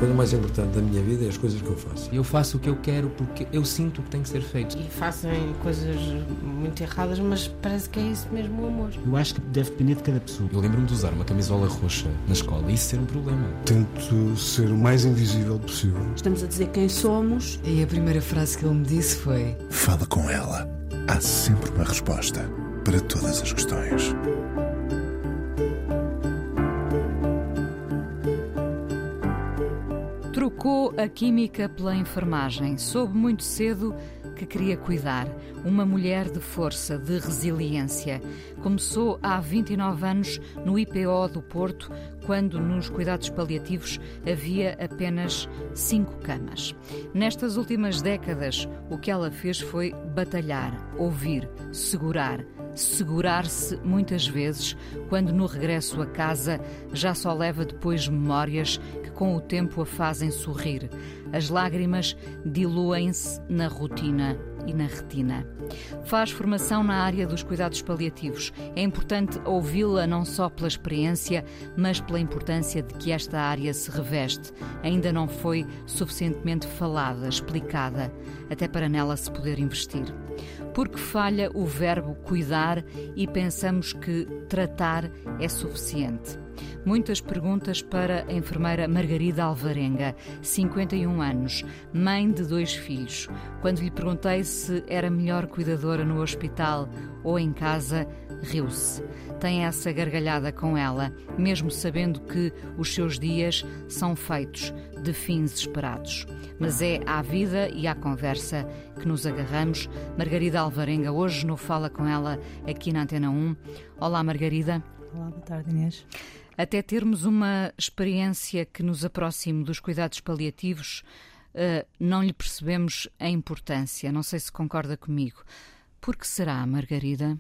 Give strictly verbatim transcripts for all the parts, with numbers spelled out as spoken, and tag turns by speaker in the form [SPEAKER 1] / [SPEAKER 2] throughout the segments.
[SPEAKER 1] coisa mais importante da minha vida é as coisas que eu faço.
[SPEAKER 2] Eu faço o que eu quero porque eu sinto que tem que ser feito.
[SPEAKER 3] E fazem coisas muito erradas, mas parece que é isso mesmo o amor.
[SPEAKER 4] Eu acho que deve depender de cada pessoa.
[SPEAKER 2] Eu lembro-me de usar uma camisola roxa na escola e isso ser um problema.
[SPEAKER 5] Tento ser o mais invisível possível.
[SPEAKER 6] Estamos a dizer quem somos.
[SPEAKER 7] E a primeira frase que ele me disse foi:
[SPEAKER 8] fala com ela. Há sempre uma resposta para todas as questões.
[SPEAKER 9] Trocou a química pela enfermagem. Soube muito cedo que queria cuidar. Uma mulher de força, de resiliência. Começou há vinte e nove anos no I P O do Porto, quando nos cuidados paliativos havia apenas cinco camas. Nestas últimas décadas, o que ela fez foi batalhar, ouvir, segurar. Segurar-se muitas vezes, quando no regresso a casa já só leva depois memórias que com o tempo a fazem sorrir. As lágrimas diluem-se na rotina e na retina. Faz formação na área dos cuidados paliativos. É importante ouvi-la não só pela experiência, mas pela importância de que esta área se reveste. Ainda não foi suficientemente falada, explicada, até para nela se poder investir. Porque falha o verbo cuidar e pensamos que tratar é suficiente. Muitas perguntas para a enfermeira Margarida Alvarenga, cinquenta e um anos, mãe de dois filhos. Quando lhe perguntei se era melhor cuidadora no hospital ou em casa, riu-se. Tem essa gargalhada com ela, mesmo sabendo que os seus dias são feitos de fins esperados. Mas é à vida e à conversa que nos agarramos. Margarida Alvarenga, hoje no Fala Com Ela, aqui na Antena um. Olá, Margarida.
[SPEAKER 10] Olá, boa tarde, Inês.
[SPEAKER 9] Até termos uma experiência que nos aproxime dos cuidados paliativos, uh, não lhe percebemos a importância. Não sei se concorda comigo. Por que será, Margarida?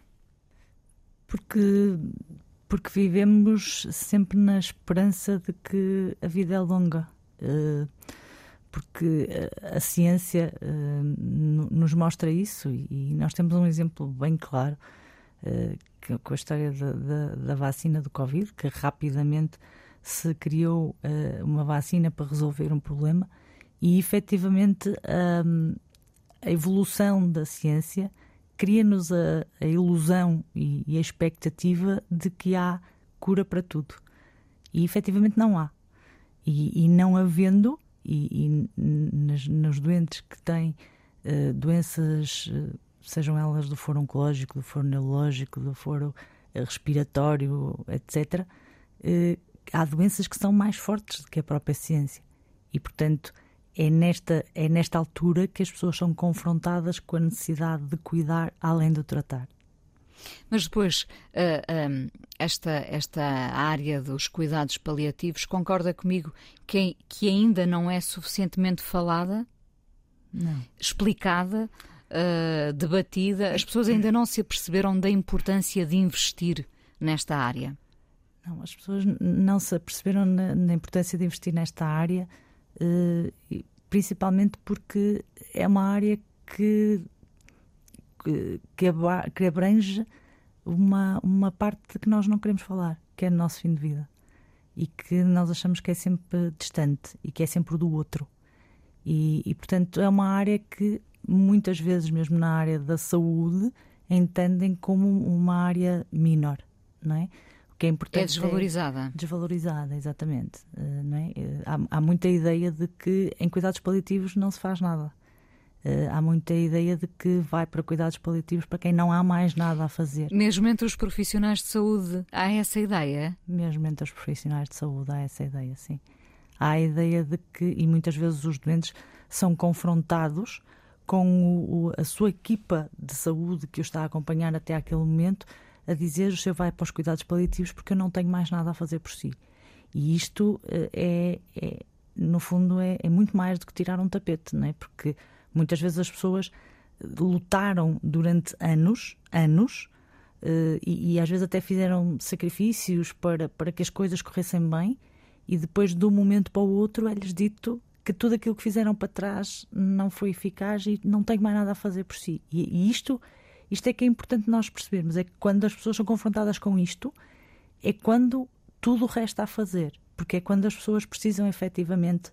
[SPEAKER 10] Porque, porque vivemos sempre na esperança de que a vida é longa. Uh, porque a, a ciência uh, nos mostra isso e, e nós temos um exemplo bem claro uh, que, com a história da, da, da vacina do Covid, que rapidamente se criou uh, uma vacina para resolver um problema e efetivamente um, a evolução da ciência cria-nos a, a ilusão e, e a expectativa de que há cura para tudo. E efetivamente não há. E, e não havendo, e, e nas, nos doentes que têm uh, doenças, uh, sejam elas do foro oncológico, do foro neurológico, do foro uh, respiratório, etcétera, uh, há doenças que são mais fortes do que a própria ciência. E, portanto, é nesta, é nesta altura que as pessoas são confrontadas com a necessidade de cuidar além do tratar.
[SPEAKER 9] Mas depois, uh, um, esta, esta área dos cuidados paliativos, concorda comigo que, que ainda não é suficientemente falada?
[SPEAKER 10] Não.
[SPEAKER 9] Explicada, uh, debatida? As pessoas ainda não se aperceberam da importância de investir nesta área?
[SPEAKER 10] Não, as pessoas não se aperceberam na, na importância de investir nesta área, uh, principalmente porque é uma área que... que abrange uma, uma parte que nós não queremos falar, que é o nosso fim de vida. E que nós achamos que é sempre distante e que é sempre o do outro. E, e, portanto, é uma área que muitas vezes, mesmo na área da saúde, entendem como uma área menor, não é? O que é importante
[SPEAKER 9] é desvalorizada.
[SPEAKER 10] É desvalorizada, exatamente. Não é? há, há muita ideia de que em cuidados paliativos não se faz nada. Uh, há muita ideia de que vai para cuidados paliativos para quem não há mais nada a fazer.
[SPEAKER 9] Mesmo entre os profissionais de saúde há essa ideia?
[SPEAKER 10] Mesmo entre os profissionais de saúde há essa ideia, sim. Há a ideia de que, e muitas vezes os doentes são confrontados com o, a sua equipa de saúde que o está a acompanhar até aquele momento, a dizer: o senhor vai para os cuidados paliativos porque eu não tenho mais nada a fazer por si. E isto uh, é, é, no fundo, é, é muito mais do que tirar um tapete, não é? Porque muitas vezes as pessoas lutaram durante anos, anos, uh, e, e às vezes até fizeram sacrifícios para, para que as coisas corressem bem, e depois de um momento para o outro é-lhes dito que tudo aquilo que fizeram para trás não foi eficaz e não tem mais nada a fazer por si. E, e isto, isto é que é importante nós percebermos, é que quando as pessoas são confrontadas com isto, é quando tudo resta a fazer, porque é quando as pessoas precisam efetivamente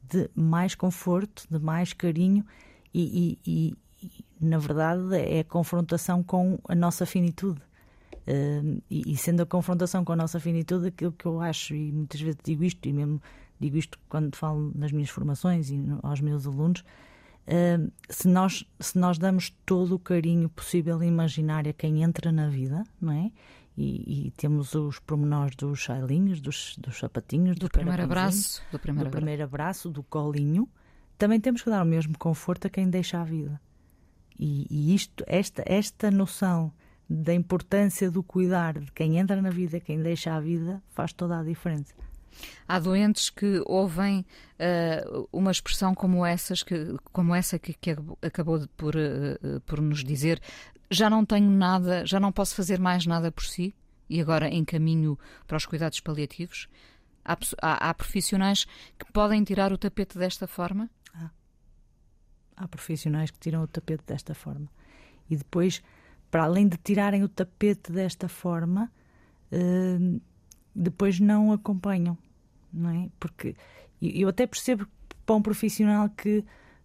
[SPEAKER 10] de mais conforto, de mais carinho e, e, e na verdade, é a confrontação com a nossa finitude. Uh, e, e sendo a confrontação com a nossa finitude, aquilo que eu acho, e muitas vezes digo isto, e mesmo digo isto quando falo nas minhas formações e no, aos meus alunos, uh, se, nós, se nós damos todo o carinho possível e imaginário a quem entra na vida, não é? E, e temos os pormenores dos chailinhos, dos, dos sapatinhos,
[SPEAKER 9] do,
[SPEAKER 10] do
[SPEAKER 9] primeiro abraço, do primeiro
[SPEAKER 10] do primeiro abraço, do colinho, também temos que dar o mesmo conforto a quem deixa a vida. E, e isto, esta, esta noção da importância do cuidar de quem entra na vida, quem deixa a vida, faz toda a diferença.
[SPEAKER 9] Há doentes que ouvem uh, uma expressão como, essas, que, como essa que, que acabou de, por, uh, por nos dizer: já não tenho nada, já não posso fazer mais nada por si, e agora encaminho para os cuidados paliativos. Há, há, há profissionais que podem tirar o tapete desta forma?
[SPEAKER 10] Há. Há profissionais que tiram o tapete desta forma. E depois, para além de tirarem o tapete desta forma, uh, depois não acompanham, não é? Porque eu até percebo para um profissional que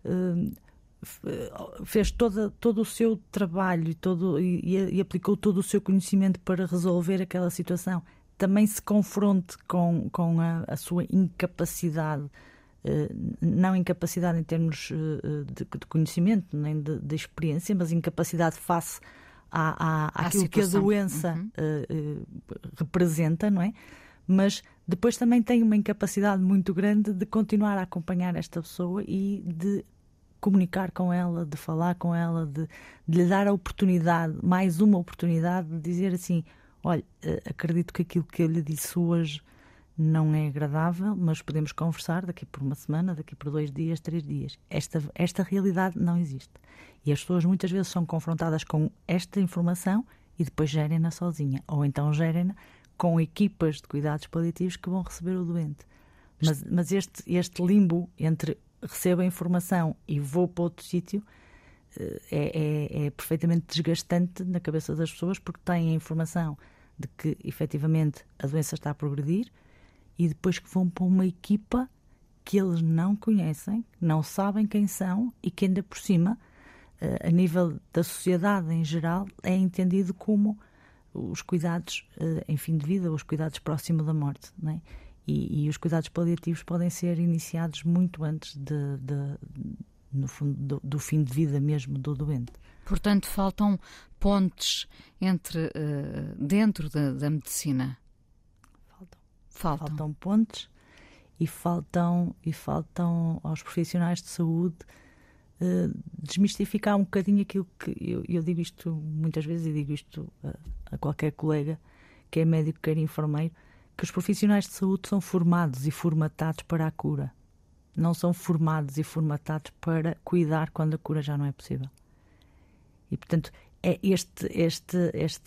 [SPEAKER 10] uh, fez toda, todo o seu trabalho e, todo, e, e aplicou todo o seu conhecimento para resolver aquela situação, também se confronte com, com a, a sua incapacidade, uh, não incapacidade em termos uh, de, de conhecimento nem de, de experiência, mas incapacidade face à, à, àquilo que a doença uhum. uh, uh, representa, não é? Mas depois também tem uma incapacidade muito grande de continuar a acompanhar esta pessoa e de comunicar com ela, de falar com ela, de, de lhe dar a oportunidade, mais uma oportunidade de dizer assim: olha, acredito que aquilo que eu lhe disse hoje não é agradável, mas podemos conversar daqui por uma semana, daqui por dois dias, três dias. Esta, esta realidade não existe. E as pessoas muitas vezes são confrontadas com esta informação e depois gerem-na sozinha, ou então gerem-na com equipas de cuidados paliativos que vão receber o doente. Mas, mas este, este limbo entre recebo a informação e vou para outro sítio é, é, é perfeitamente desgastante na cabeça das pessoas, porque têm a informação de que efetivamente a doença está a progredir e depois que vão para uma equipa que eles não conhecem, não sabem quem são e que ainda por cima, a nível da sociedade em geral, é entendido como os cuidados em fim de vida, os cuidados próximo da morte, não é? E, e os cuidados paliativos podem ser iniciados muito antes de, de, no fundo, do, do fim de vida mesmo do doente.
[SPEAKER 9] Portanto, faltam pontes entre uh, dentro da, da medicina.
[SPEAKER 10] Faltam.
[SPEAKER 9] Faltam.
[SPEAKER 10] Faltam pontes e faltam, e faltam aos profissionais de saúde uh, desmistificar um bocadinho aquilo que eu, eu digo isto muitas vezes e digo isto a, a qualquer colega que é médico, quer enfermeiro, que os profissionais de saúde são formados e formatados para a cura. Não são formados e formatados para cuidar quando a cura já não é possível. E, portanto, é este, este, este,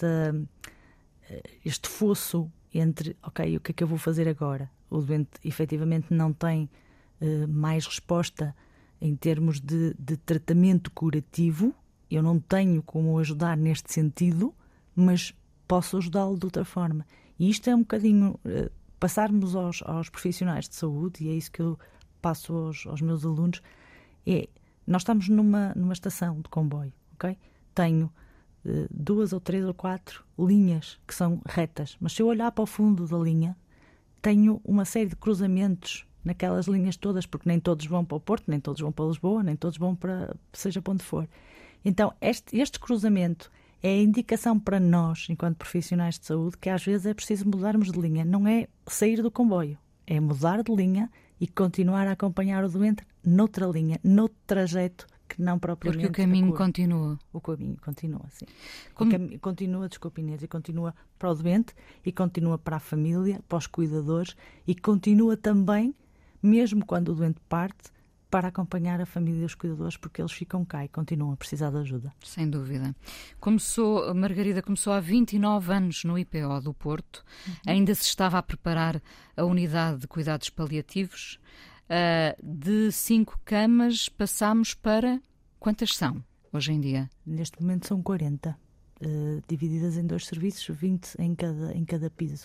[SPEAKER 10] este fosso entre, ok, o que é que eu vou fazer agora? O doente, efetivamente, não tem uh, mais resposta em termos de, de tratamento curativo. Eu não tenho como ajudar neste sentido, mas posso ajudá-lo de outra forma. E isto é um bocadinho uh, passarmos aos, aos profissionais de saúde, e é isso que eu passo aos, aos meus alunos. É, nós estamos numa, numa estação de comboio, ok? Tenho uh, duas ou três ou quatro linhas que são retas, mas se eu olhar para o fundo da linha, tenho uma série de cruzamentos naquelas linhas todas, porque nem todos vão para o Porto, nem todos vão para Lisboa, nem todos vão para seja para onde for. Então, este, este cruzamento é a indicação para nós, enquanto profissionais de saúde, que às vezes é preciso mudarmos de linha. Não é sair do comboio, é mudar de linha e continuar a acompanhar o doente noutra linha, noutro trajeto que não propriamente...
[SPEAKER 9] Porque o caminho continua.
[SPEAKER 10] O caminho continua, sim.
[SPEAKER 9] Como...
[SPEAKER 10] O caminho continua, desculpe Inês, e continua para o doente, e continua para a família, para os cuidadores, e continua também, mesmo quando o doente parte, para acompanhar a família e os cuidadores, porque eles ficam cá e continuam a precisar de ajuda.
[SPEAKER 9] Sem dúvida. Começou, Margarida começou há vinte e nove anos no I P O do Porto, uhum. Ainda se estava a preparar a unidade de cuidados paliativos. Uh, de cinco camas passámos para... Quantas são hoje em dia?
[SPEAKER 10] Neste momento são quarenta, uh, divididas em dois serviços, vinte em cada, em cada piso.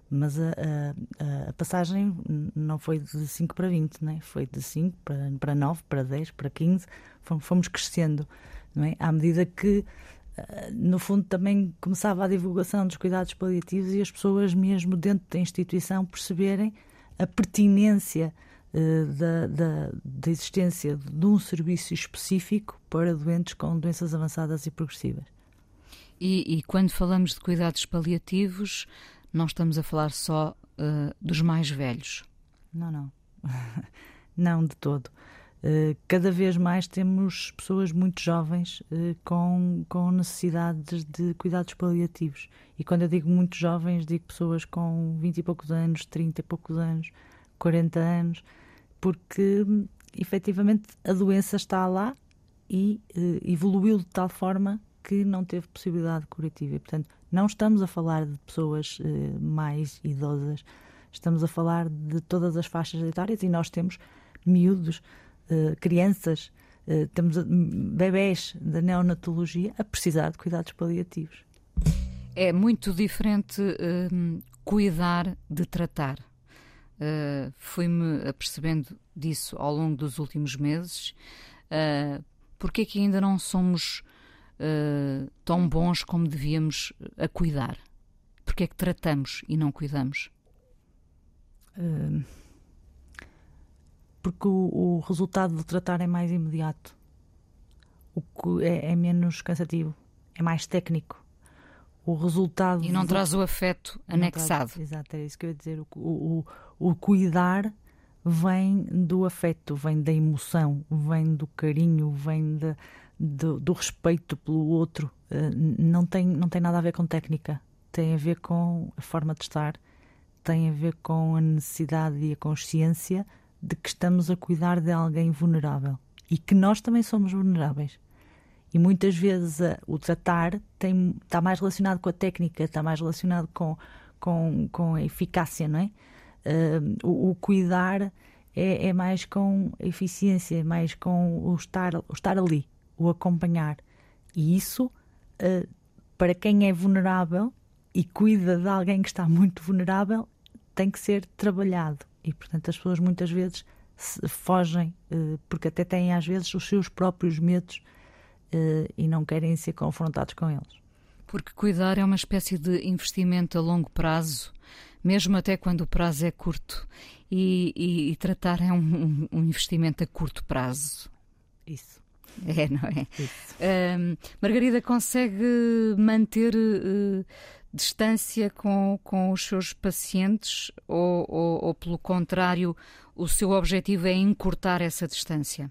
[SPEAKER 10] Mas a, a, a passagem não foi de cinco para vinte, não é? Foi de cinco para, para nove, para dez, para quinze. Fomos, fomos crescendo, não é? À medida que, no fundo, também começava a divulgação dos cuidados paliativos e as pessoas, mesmo dentro da instituição, perceberem a pertinência uh, da, da, da existência de um serviço específico para doentes com doenças avançadas e progressivas.
[SPEAKER 9] E, e quando falamos de cuidados paliativos, não estamos a falar só uh, dos mais velhos.
[SPEAKER 10] Não, não. Não de todo. Uh, cada vez mais temos pessoas muito jovens uh, com, com necessidades de cuidados paliativos. E quando eu digo muito jovens, digo pessoas com vinte e poucos anos, trinta e poucos anos, quarenta anos, porque efetivamente a doença está lá e uh, evoluiu de tal forma que não teve possibilidade curativa. E, portanto, não estamos a falar de pessoas uh, mais idosas, estamos a falar de todas as faixas etárias e nós temos miúdos, uh, crianças, uh, temos uh, bebés da neonatologia a precisar de cuidados paliativos.
[SPEAKER 9] É muito diferente uh, cuidar de tratar. Uh, fui-me apercebendo disso ao longo dos últimos meses. Uh, porque é que ainda não somos Uh, tão bons como devíamos a cuidar? Porque é que tratamos e não cuidamos?
[SPEAKER 10] Uh, porque o, o resultado de tratar é mais imediato, o que é, é menos cansativo, é mais técnico. O resultado
[SPEAKER 9] e não
[SPEAKER 10] do...
[SPEAKER 9] traz o afeto anexado.
[SPEAKER 10] Traz, exato, é isso que eu ia dizer. O, o, o cuidar vem do afeto, vem da emoção, vem do carinho, vem da Do, do respeito pelo outro. Uh, não tem, não tem nada a ver com técnica, tem a ver com a forma de estar, tem a ver com a necessidade e a consciência de que estamos a cuidar de alguém vulnerável e que nós também somos vulneráveis. E muitas vezes uh, o tratar tem, está mais relacionado com a técnica, está mais relacionado com, com, com a eficácia, não é? Uh, o, o cuidar é, é mais com a eficiência, é mais com o estar, o estar ali, o acompanhar. E isso, uh, para quem é vulnerável e cuida de alguém que está muito vulnerável, tem que ser trabalhado. E, portanto, as pessoas muitas vezes fogem, uh, porque até têm, às vezes, os seus próprios medos uh, e não querem ser confrontados com eles.
[SPEAKER 9] Porque cuidar é uma espécie de investimento a longo prazo, mesmo até quando o prazo é curto. E, e, e tratar é um, um investimento a curto prazo.
[SPEAKER 10] Isso.
[SPEAKER 9] É, não é? Uh, Margarida, consegue manter uh, distância com, com os seus pacientes ou, ou, ou, pelo contrário, o seu objetivo é encurtar essa distância?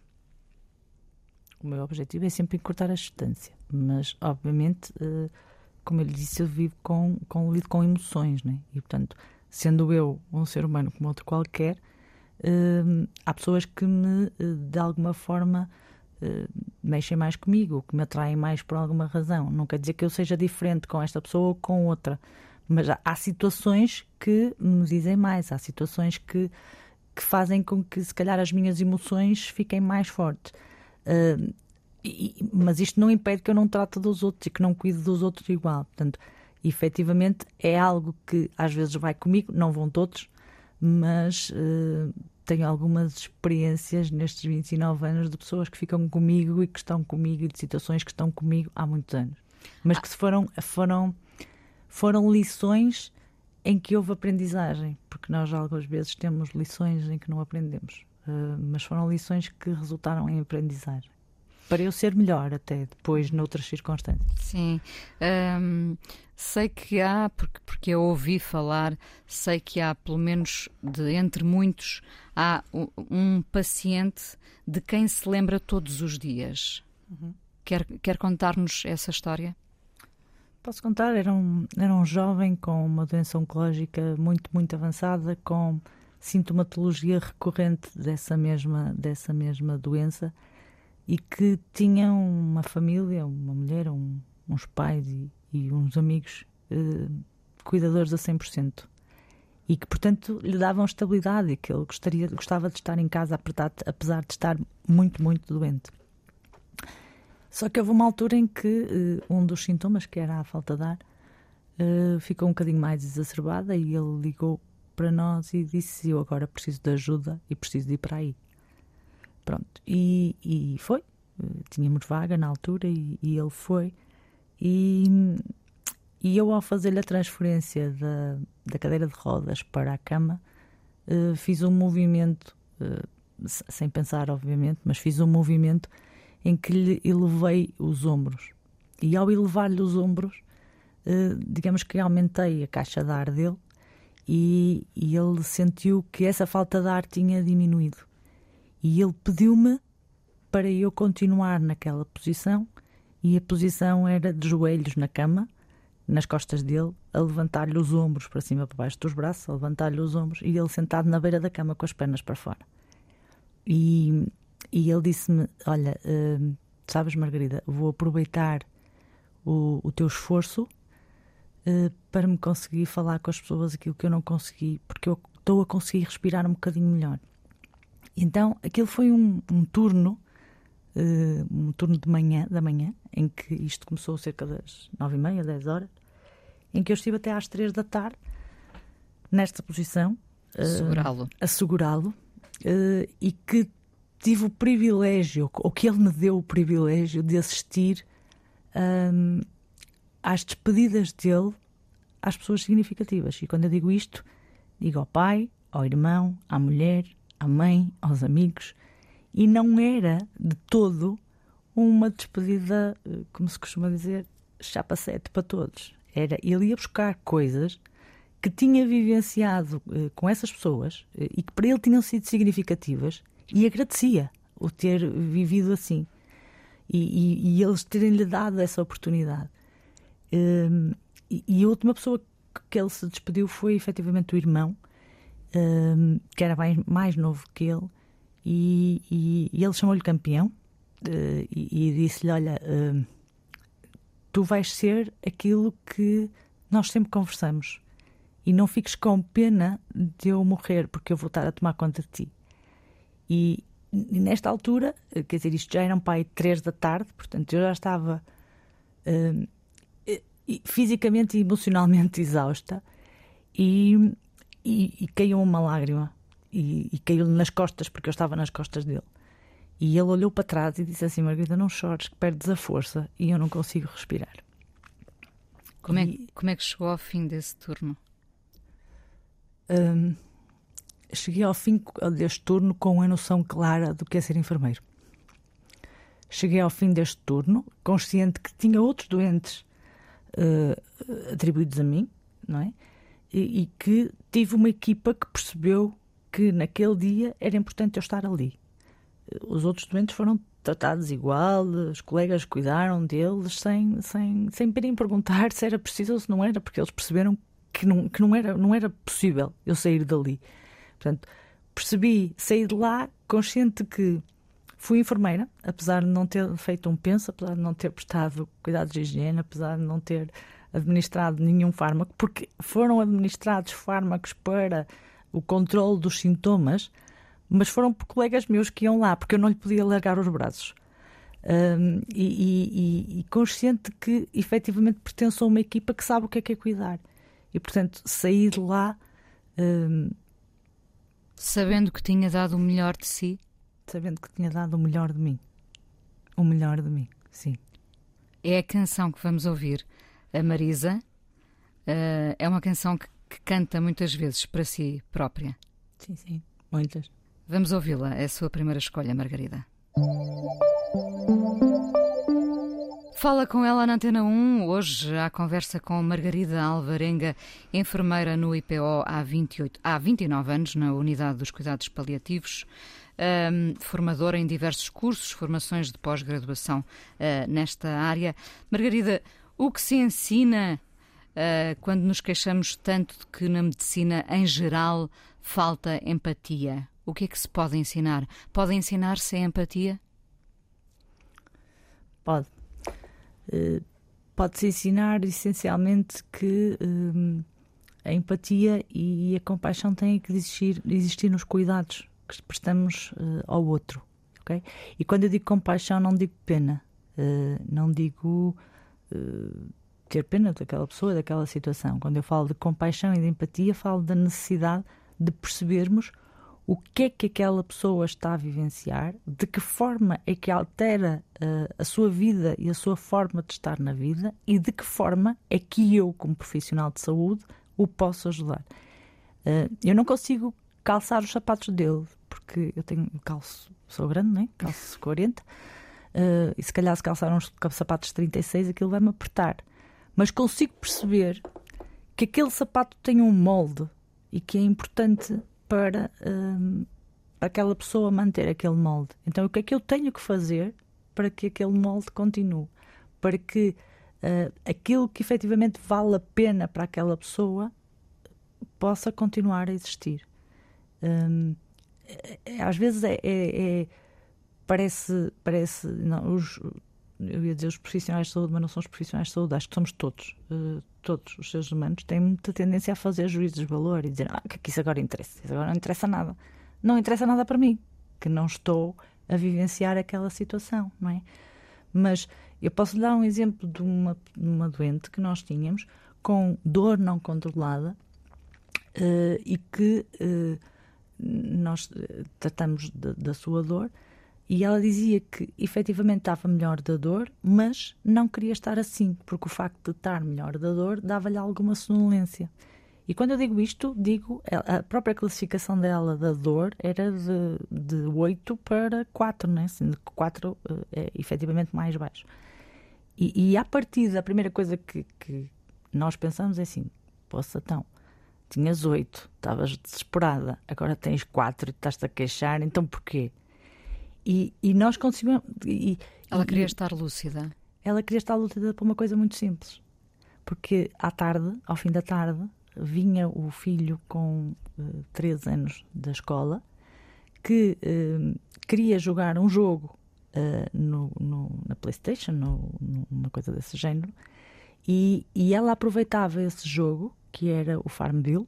[SPEAKER 10] O meu objetivo é sempre encurtar a distância, mas, obviamente, uh, como eu lhe disse, eu vivo com, com, lido com emoções, né? E, portanto, sendo eu um ser humano como outro qualquer, uh, há pessoas que me, uh, de alguma forma, Uh, mexem mais comigo, que me atraem mais por alguma razão. Não quer dizer que eu seja diferente com esta pessoa ou com outra, mas há, há situações que me dizem mais, há situações que, que fazem com que se calhar as minhas emoções fiquem mais fortes. Uh, e, mas isto não impede que eu não trate dos outros e que não cuide dos outros igual. Portanto, efetivamente é algo que às vezes vai comigo, não vão todos, mas uh, tenho algumas experiências nestes vinte e nove anos de pessoas que ficam comigo e que estão comigo e de situações que estão comigo há muitos anos. Mas que foram, foram, foram lições em que houve aprendizagem, porque nós algumas vezes temos lições em que não aprendemos, uh, mas foram lições que resultaram em aprendizagem. Para eu ser melhor até depois noutras circunstâncias.
[SPEAKER 9] Sim, um, sei que há, porque, porque eu ouvi falar, sei que há pelo menos de entre muitos, há um, um paciente de quem se lembra todos os dias. Uhum. Quer, quer contar-nos essa história?
[SPEAKER 10] Posso contar, era um, era um jovem com uma doença oncológica muito, muito avançada, com sintomatologia recorrente dessa mesma, dessa mesma doença, e que tinha uma família, uma mulher, um, uns pais e, e uns amigos eh, cuidadores a cem por cento. E que, portanto, lhe davam estabilidade e que ele gostaria, gostava de estar em casa apesar de estar muito, muito doente. Só que houve uma altura em que eh, um dos sintomas, que era a falta de ar, uh, ficou um bocadinho mais exacerbada e ele ligou para nós e disse: eu agora preciso de ajuda e preciso de ir para aí. Pronto, e, e foi. Uh, tínhamos vaga na altura e, e ele foi. E, e eu, ao fazer-lhe a transferência da, da cadeira de rodas para a cama, uh, fiz um movimento, uh, sem pensar obviamente, mas fiz um movimento em que lhe elevei os ombros. E ao elevar-lhe os ombros, uh, digamos que aumentei a caixa de ar dele e, e ele sentiu que essa falta de ar tinha diminuído. E ele pediu-me para eu continuar naquela posição, e a posição era de joelhos na cama, nas costas dele, a levantar-lhe os ombros para cima, para baixo dos braços, a levantar-lhe os ombros, e ele sentado na beira da cama com as pernas para fora. E, e ele disse-me: olha, uh, sabes, Margarida, vou aproveitar o, o teu esforço uh, para me conseguir falar com as pessoas aquilo que eu não consegui, porque eu estou a conseguir respirar um bocadinho melhor. Então, aquilo foi um, um turno, uh, um turno de manhã, da manhã, em que isto começou cerca das nove e meia, dez horas, em que eu estive até às três da tarde, nesta posição, uh,
[SPEAKER 9] segurá-lo.
[SPEAKER 10] a segurá-lo, uh, e que tive o privilégio, ou que ele me deu o privilégio de assistir um, às despedidas dele às pessoas significativas. E quando eu digo isto, digo ao pai, ao irmão, à mulher, à mãe, aos amigos, e não era de todo uma despedida, como se costuma dizer, chapa-sete para todos. Era, ele ia buscar coisas que tinha vivenciado uh, com essas pessoas uh, e que para ele tinham sido significativas, e agradecia o ter vivido assim e, e, e eles terem-lhe dado essa oportunidade. Um, e, e a última pessoa que ele se despediu foi efetivamente o irmão, um, que era mais, mais novo que ele, e, e, e ele chamou-lhe campeão, uh, e, e disse-lhe: olha, uh, tu vais ser aquilo que nós sempre conversamos, e não fiques com pena de eu morrer, porque eu vou estar a tomar conta de ti. E, e nesta altura, quer dizer, isto já eram para aí três da tarde, portanto eu já estava uh, fisicamente e emocionalmente exausta, e, e, e caiu uma lágrima, e, e caiu nas costas, porque eu estava nas costas dele. E ele olhou para trás e disse assim: Margarida, não chores, que perdes a força e eu não consigo respirar.
[SPEAKER 9] Como,
[SPEAKER 10] e,
[SPEAKER 9] é, como é que chegou ao fim desse turno?
[SPEAKER 10] Um, cheguei ao fim deste turno com a noção clara do que é ser enfermeiro. Cheguei ao fim deste turno consciente que tinha outros doentes uh, atribuídos a mim, não é? E, e que tive uma equipa que percebeu que naquele dia era importante eu estar ali. Os outros doentes foram tratados igual, os colegas cuidaram deles sem, sem, sem irem perguntar se era preciso ou se não era, porque eles perceberam que não, que não, era, não era possível eu sair dali. Portanto, percebi, saí de lá consciente que fui enfermeira, apesar de não ter feito um penso, apesar de não ter prestado cuidados de higiene, apesar de não ter administrado nenhum fármaco, porque foram administrados fármacos para o controle dos sintomas, mas foram por colegas meus que iam lá, porque eu não lhe podia largar os braços. Um, e, e, e consciente que efetivamente pertenço a uma equipa que sabe o que é que é cuidar. E, portanto, saí de lá... Um,
[SPEAKER 9] sabendo que tinha dado o melhor de si?
[SPEAKER 10] Sabendo que tinha dado o melhor de mim. O melhor de mim, sim.
[SPEAKER 9] É a canção que vamos ouvir. A Marisa uh, é uma canção que, que canta muitas vezes para si própria.
[SPEAKER 10] Sim, sim, muitas.
[SPEAKER 9] Vamos ouvi-la. É a sua primeira escolha, Margarida. Fala com ela na Antena um, hoje à conversa com Margarida Alvarenga, enfermeira no I P O há, vinte e oito, há vinte e nove anos, na Unidade dos Cuidados Paliativos, um, formadora em diversos cursos, formações de pós-graduação uh, nesta área. Margarida, o que se ensina uh, quando nos queixamos tanto de que na medicina, em geral, falta empatia? O que é que se pode ensinar? Pode ensinar-se a empatia?
[SPEAKER 10] Pode. Uh, pode-se ensinar essencialmente que uh, a empatia e a compaixão têm que existir, existir nos cuidados que prestamos uh, ao outro, okay? E quando eu digo compaixão não digo pena, uh, não digo uh, ter pena daquela pessoa, daquela situação. Quando eu falo de compaixão e de empatia, falo da necessidade de percebermos o que é que aquela pessoa está a vivenciar, de que forma é que altera uh, a sua vida e a sua forma de estar na vida e de que forma é que eu, como profissional de saúde, o posso ajudar. Uh, eu não consigo calçar os sapatos dele, porque eu tenho calço, sou grande, não é? Calço quarenta, uh, e se calhar se calçar uns sapatos de trinta e seis aquilo vai-me apertar. Mas consigo perceber que aquele sapato tem um molde e que é importante para um, aquela pessoa manter aquele molde. Então o que é que eu tenho que fazer para que aquele molde continue? Para que uh, aquilo que efetivamente vale a pena para aquela pessoa possa continuar a existir. Um, é, às vezes é, é, é, parece, parece não, os, eu ia dizer os profissionais de saúde, mas não são os profissionais de saúde, acho que somos todos, uh, todos os seres humanos têm muita tendência a fazer juízos de valor e dizer, ah, que isso agora interessa, isso agora não interessa nada. Não interessa nada para mim, que não estou a vivenciar aquela situação, não é? Mas eu posso lhe dar um exemplo de uma, uma doente que nós tínhamos com dor não controlada uh, e que uh, nós tratamos de, da sua dor. E ela dizia que efetivamente estava melhor da dor, mas não queria estar assim, porque o facto de estar melhor da dor dava-lhe alguma sonolência. E quando eu digo isto, digo, a própria classificação dela da dor era de, de oito para quatro, né? Sendo que quatro é efetivamente mais baixo. E, e à partida, a primeira coisa que, que nós pensamos é assim, poça, então, tinhas oito, estavas desesperada, agora tens quatro e estás-te a queixar, então porquê? E, e nós conseguimos. E,
[SPEAKER 9] ela queria
[SPEAKER 10] e,
[SPEAKER 9] estar lúcida.
[SPEAKER 10] Ela queria estar lúcida para uma coisa muito simples. Porque à tarde, ao fim da tarde, vinha o filho com uh, treze anos da escola que uh, queria jogar um jogo uh, no, no, na PlayStation, no, numa coisa desse género, e, e ela aproveitava esse jogo, que era o Farmville,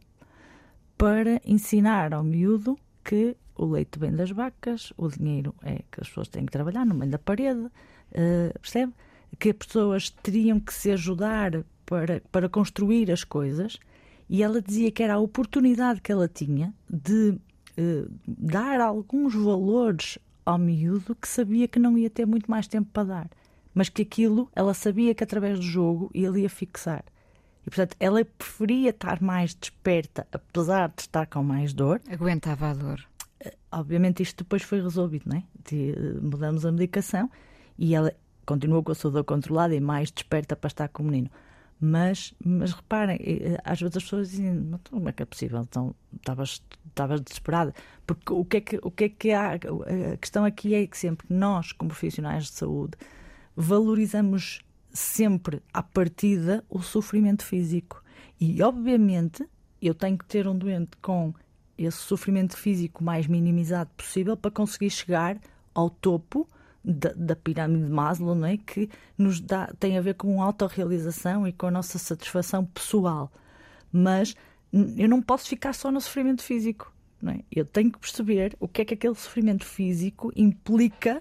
[SPEAKER 10] para ensinar ao miúdo que o leite vem das vacas, o dinheiro é que as pessoas têm que trabalhar no meio da parede, uh, percebe? Que as pessoas teriam que se ajudar para, para construir as coisas, e ela dizia que era a oportunidade que ela tinha de uh, dar alguns valores ao miúdo que sabia que não ia ter muito mais tempo para dar, mas que aquilo ela sabia que através do jogo ele ia fixar. E, portanto, ela preferia estar mais desperta, apesar de estar com mais dor.
[SPEAKER 9] Aguentava a dor.
[SPEAKER 10] Obviamente isto depois foi resolvido, não é? De, mudamos a medicação e ela continuou com a sua dor controlada e mais desperta para estar com o menino. Mas, mas reparem, às vezes as pessoas dizem, como é que é possível? Então, estavas, estavas desesperada. Porque o que é que, o que, é que há? A questão aqui é que sempre nós, como profissionais de saúde, valorizamos sempre à partida o sofrimento físico. E, obviamente, eu tenho que ter um doente com esse sofrimento físico mais minimizado possível para conseguir chegar ao topo da, da pirâmide de Maslow, não é? Que nos dá, tem a ver com a autorrealização e com a nossa satisfação pessoal. Mas eu não posso ficar só no sofrimento físico, não é? Eu tenho que perceber o que é que aquele sofrimento físico implica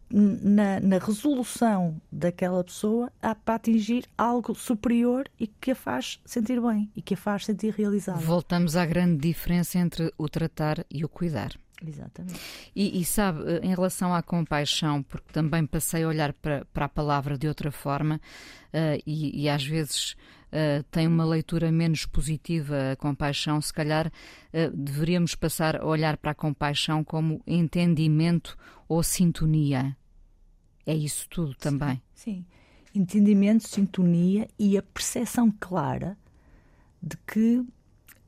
[SPEAKER 10] na, na resolução daquela pessoa a, para atingir algo superior e que a faz sentir bem e que a faz sentir realizada.
[SPEAKER 9] Voltamos à grande diferença entre o tratar e o cuidar.
[SPEAKER 10] Exatamente.
[SPEAKER 9] E, e sabe, em relação à compaixão, porque também passei a olhar para, para a palavra de outra forma uh, e, e às vezes uh, tem uma leitura menos positiva a compaixão, se calhar uh, deveríamos passar a olhar para a compaixão como entendimento ou sintonia. É isso tudo também.
[SPEAKER 10] Sim, sim. Entendimento, sintonia e a percepção clara de que uh,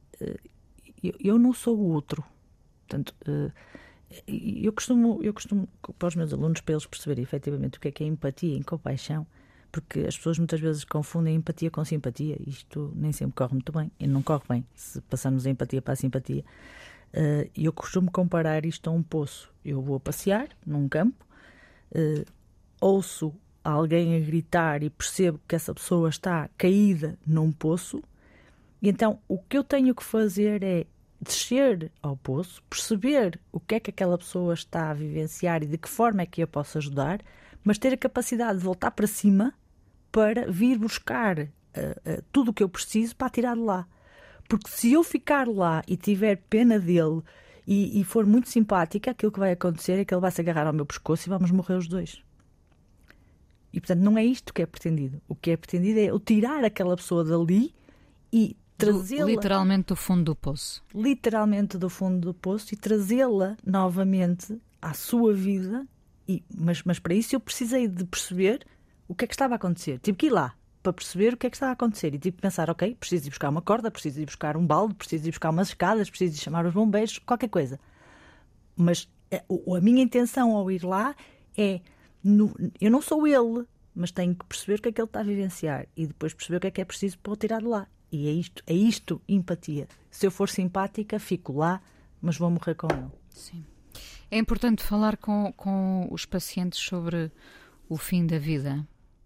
[SPEAKER 10] eu, eu não sou o outro. Portanto, uh, eu costumo, eu costumo, para os meus alunos, para eles perceberem efetivamente o que é que é empatia e compaixão, porque as pessoas muitas vezes confundem empatia com simpatia. Isto nem sempre corre muito bem, e não corre bem se passamos a empatia para a simpatia. Uh, eu costumo comparar isto a um poço. Eu vou passear num campo, uh, ouço alguém a gritar e percebo que essa pessoa está caída num poço, e então o que eu tenho que fazer é descer ao poço, perceber o que é que aquela pessoa está a vivenciar e de que forma é que eu posso ajudar, mas ter a capacidade de voltar para cima para vir buscar uh, uh, tudo o que eu preciso para tirar de lá. Porque se eu ficar lá e tiver pena dele e, e for muito simpática, aquilo que vai acontecer é que ele vai se agarrar ao meu pescoço e vamos morrer os dois. E, portanto, não é isto que é pretendido. O que é pretendido é eu tirar aquela pessoa dali e trazê-la...
[SPEAKER 9] Literalmente do fundo do poço.
[SPEAKER 10] Literalmente do fundo do poço e trazê-la novamente à sua vida. E, mas, mas para isso eu precisei de perceber o que é que estava a acontecer. Tive que ir lá para perceber o que é que estava a acontecer. E tive que pensar, ok, preciso ir buscar uma corda, preciso ir buscar um balde, preciso ir buscar umas escadas, preciso ir chamar os bombeiros, qualquer coisa. Mas a, a minha intenção ao ir lá é... No, eu não sou ele, mas tenho que perceber o que é que ele está a vivenciar e depois perceber o que é que é preciso para o tirar de lá. E é isto, é isto empatia. Se eu for simpática, fico lá, mas vou morrer com ele.
[SPEAKER 9] Sim. É importante falar com, com os pacientes sobre o fim da vida.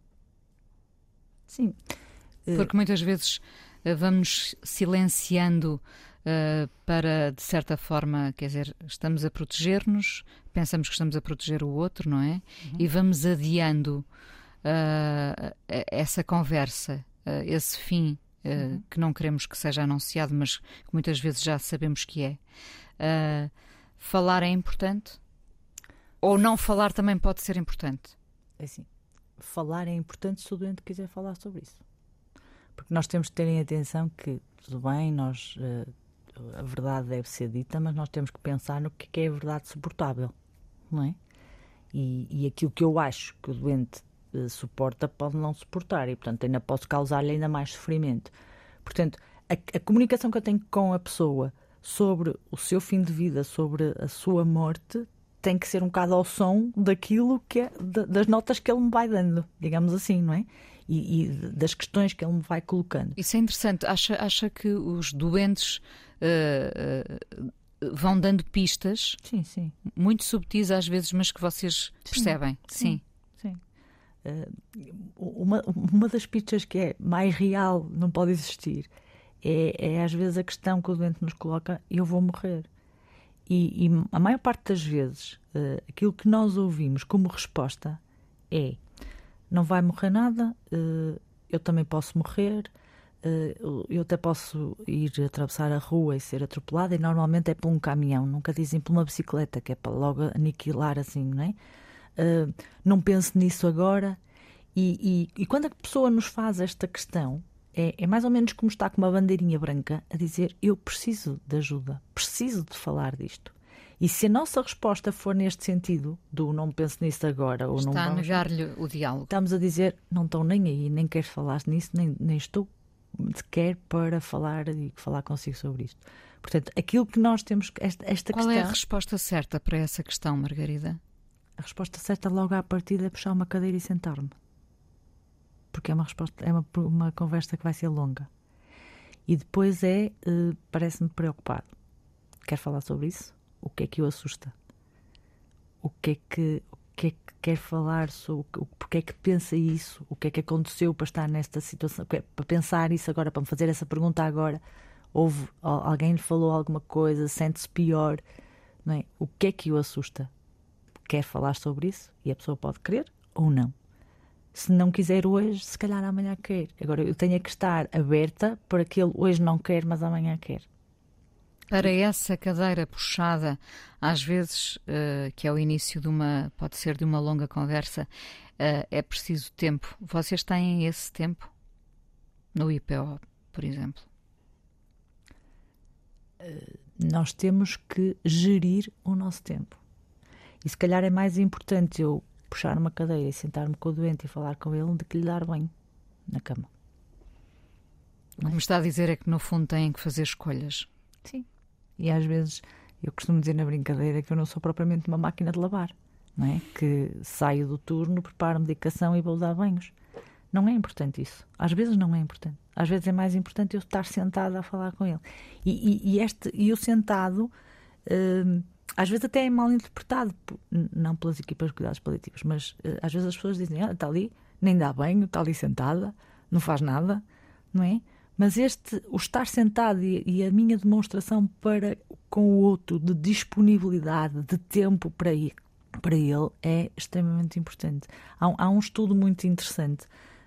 [SPEAKER 10] Sim.
[SPEAKER 9] Porque muitas vezes vamos silenciando uh, para, de certa forma, quer dizer, estamos a proteger-nos, pensamos que estamos a proteger o outro, não é? Uhum. E vamos adiando uh, essa conversa, uh, esse fim uh, uhum. que não queremos que seja anunciado, mas que muitas vezes já sabemos que é. Uh, falar é importante? Ou não falar também pode ser importante?
[SPEAKER 10] É assim, falar é importante se o doente quiser falar sobre isso. Porque nós temos que ter em atenção que, tudo bem, nós, uh, a verdade deve ser dita, mas nós temos que pensar no que é a verdade suportável, não é? E, e aquilo que eu acho que o doente uh, suporta pode não suportar e, portanto, ainda posso causar-lhe ainda mais sofrimento. Portanto, a, a comunicação que eu tenho com a pessoa sobre o seu fim de vida, sobre a sua morte, tem que ser um bocado ao som daquilo que é, das notas que ele me vai dando, digamos assim, não é? E, e das questões que ele me vai colocando.
[SPEAKER 9] Isso é interessante. Acha, acha que os doentes uh, uh, vão dando pistas,
[SPEAKER 10] sim, sim.
[SPEAKER 9] muito subtis às vezes, mas que vocês percebem?
[SPEAKER 10] Sim. sim. sim. Uh, uma, uma das pistas que é mais real, não pode existir, é, é às vezes a questão que o doente nos coloca: eu vou morrer. E, e a maior parte das vezes uh, aquilo que nós ouvimos como resposta é: não vai morrer nada, uh, eu também posso morrer, uh, eu até posso ir atravessar a rua e ser atropelada, e normalmente é por um caminhão, nunca dizem por uma bicicleta, que é para logo aniquilar assim, não é? Uh, não pense nisso agora. E, e, e quando a pessoa nos faz esta questão, É, é mais ou menos como estar com uma bandeirinha branca a dizer: eu preciso de ajuda, preciso de falar disto. E se a nossa resposta for neste sentido, do não penso nisso agora, ou
[SPEAKER 9] está
[SPEAKER 10] não
[SPEAKER 9] a
[SPEAKER 10] vamos,
[SPEAKER 9] negar-lhe o diálogo.
[SPEAKER 10] Estamos a dizer: não estou nem aí, nem quero falar nisso, nem, nem estou sequer para falar e falar consigo sobre isto. Portanto, aquilo que nós temos, esta, esta
[SPEAKER 9] Qual
[SPEAKER 10] questão...
[SPEAKER 9] é a resposta certa para essa questão, Margarida?
[SPEAKER 10] A resposta certa logo à partida é puxar uma cadeira e sentar-me. Porque é uma resposta, é uma, uma conversa que vai ser longa. E depois é, uh, parece-me preocupado. Quer falar sobre isso? O que é que o assusta? O que é que, o que, é que quer falar sobre? O, porque é que pensa isso? O que é que aconteceu para estar nesta situação? Para pensar isso agora, para me fazer essa pergunta agora? Houve, alguém lhe falou alguma coisa? Sente-se pior? Não é? O que é que o assusta? Quer falar sobre isso? E a pessoa pode querer ou não. Se não quiser hoje, se calhar amanhã quer. Agora, eu tenho que estar aberta para que ele hoje não quer, mas amanhã quer.
[SPEAKER 9] Para essa cadeira puxada, às vezes, uh, que é o início de uma, pode ser de uma longa conversa, uh, é preciso tempo. Vocês têm esse tempo? No I P O, por exemplo?
[SPEAKER 10] Uh, nós temos que gerir o nosso tempo. E se calhar é mais importante eu puxar uma cadeira e sentar-me com o doente e falar com ele de que lhe dar banho na cama.
[SPEAKER 9] O que me está a dizer é que no fundo têm que fazer escolhas.
[SPEAKER 10] Sim. E às vezes eu costumo dizer na brincadeira que eu não sou propriamente uma máquina de lavar, não é? Que saio do turno, preparo medicação e vou dar banhos. Não é importante isso. Às vezes não é importante. Às vezes é mais importante eu estar sentada a falar com ele. E, e, e, este, e eu sentado... Hum, às vezes até é mal interpretado, não pelas equipas de cuidados paliativos, mas uh, às vezes as pessoas dizem: ah, está ali, nem dá banho, está ali sentada, não faz nada, não é? Mas este, o estar sentado e, e a minha demonstração para com o outro de disponibilidade, de tempo para ele, para ele é extremamente importante. Há, há um estudo muito interessante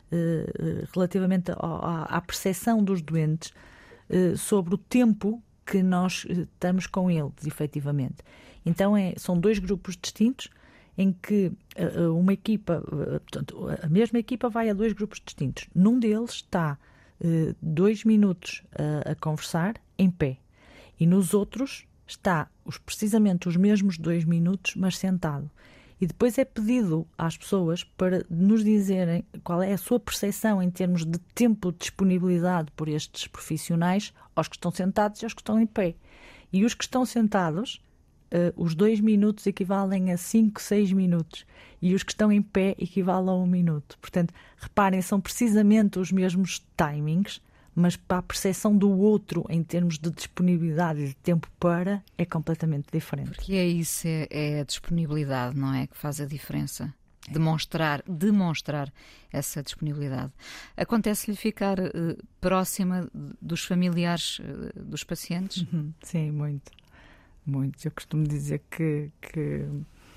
[SPEAKER 10] uh, relativamente à, à percepção dos doentes uh, sobre o tempo que nós estamos com eles, efetivamente. Então é, são dois grupos distintos em que uh, uma equipa, uh, portanto, a mesma equipa vai a dois grupos distintos. Num deles está uh, dois minutos uh, a conversar em pé e nos outros está os, precisamente os mesmos dois minutos, mas sentado. E depois é pedido às pessoas para nos dizerem qual é a sua percepção em termos de tempo de disponibilidade por estes profissionais, aos que estão sentados e aos que estão em pé. E os que estão sentados, uh, os dois minutos equivalem a cinco, seis minutos. E os que estão em pé equivalem a um minuto. Portanto, reparem, são precisamente os mesmos timings, mas para a percepção do outro em termos de disponibilidade e de tempo para é completamente diferente.
[SPEAKER 9] Porque é isso, é, é a disponibilidade, não é, que faz a diferença. Demonstrar, demonstrar essa disponibilidade. Acontece-lhe ficar uh, próxima dos familiares uh, dos pacientes?
[SPEAKER 10] Uhum, sim, muito. Muito. Eu costumo dizer que, que